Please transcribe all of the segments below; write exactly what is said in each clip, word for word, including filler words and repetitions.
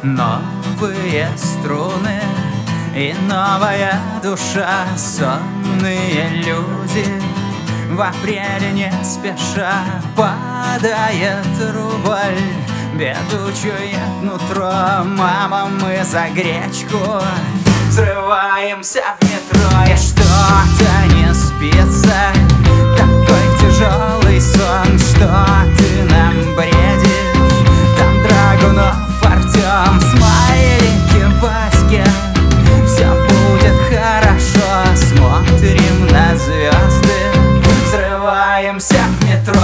Новые струны и новая душа. Сонные люди в апреле не спеша. Падает рубль, беду чует нутро. Мама, мы за гречку взрываемся в метро. И что-то не спится, такой тяжелый сон, что ты нам бредишь. Там Драгунов Артем, смайлики Ваське, все будет хорошо. Смотрим на звезды, взрываемся в метро.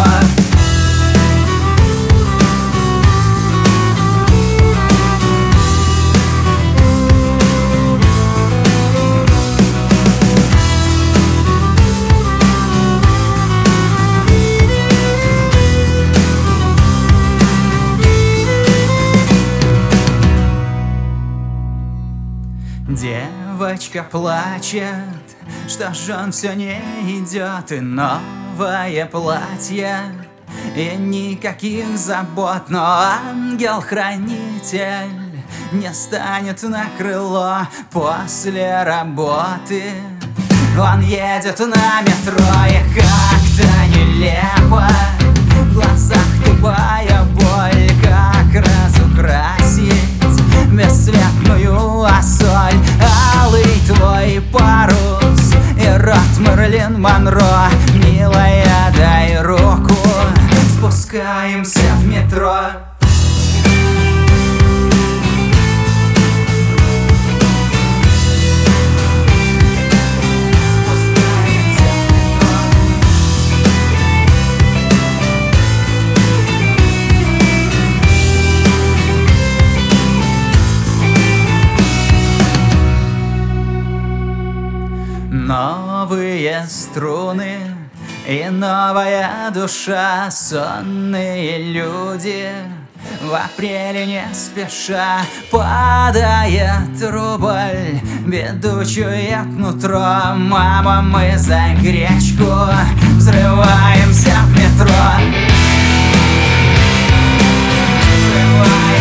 Девочка плачет, что ж он все не идет. И новое платье, и никаких забот. Но ангел-хранитель не станет на крыло после работы. Он едет на метро, и как-то нелепо в глазах тупая боль. Как разукрасить бесцветную осоль? Алый твой парус и рот Мерлин Монро. Милая, дай руку, спускаемся в метро. Новые струны и новая душа. Сонные люди в апреле не спеша. Падает рубль, беду чует нутро. Мама, мы за гречку взрываемся в метро. Взрываемся.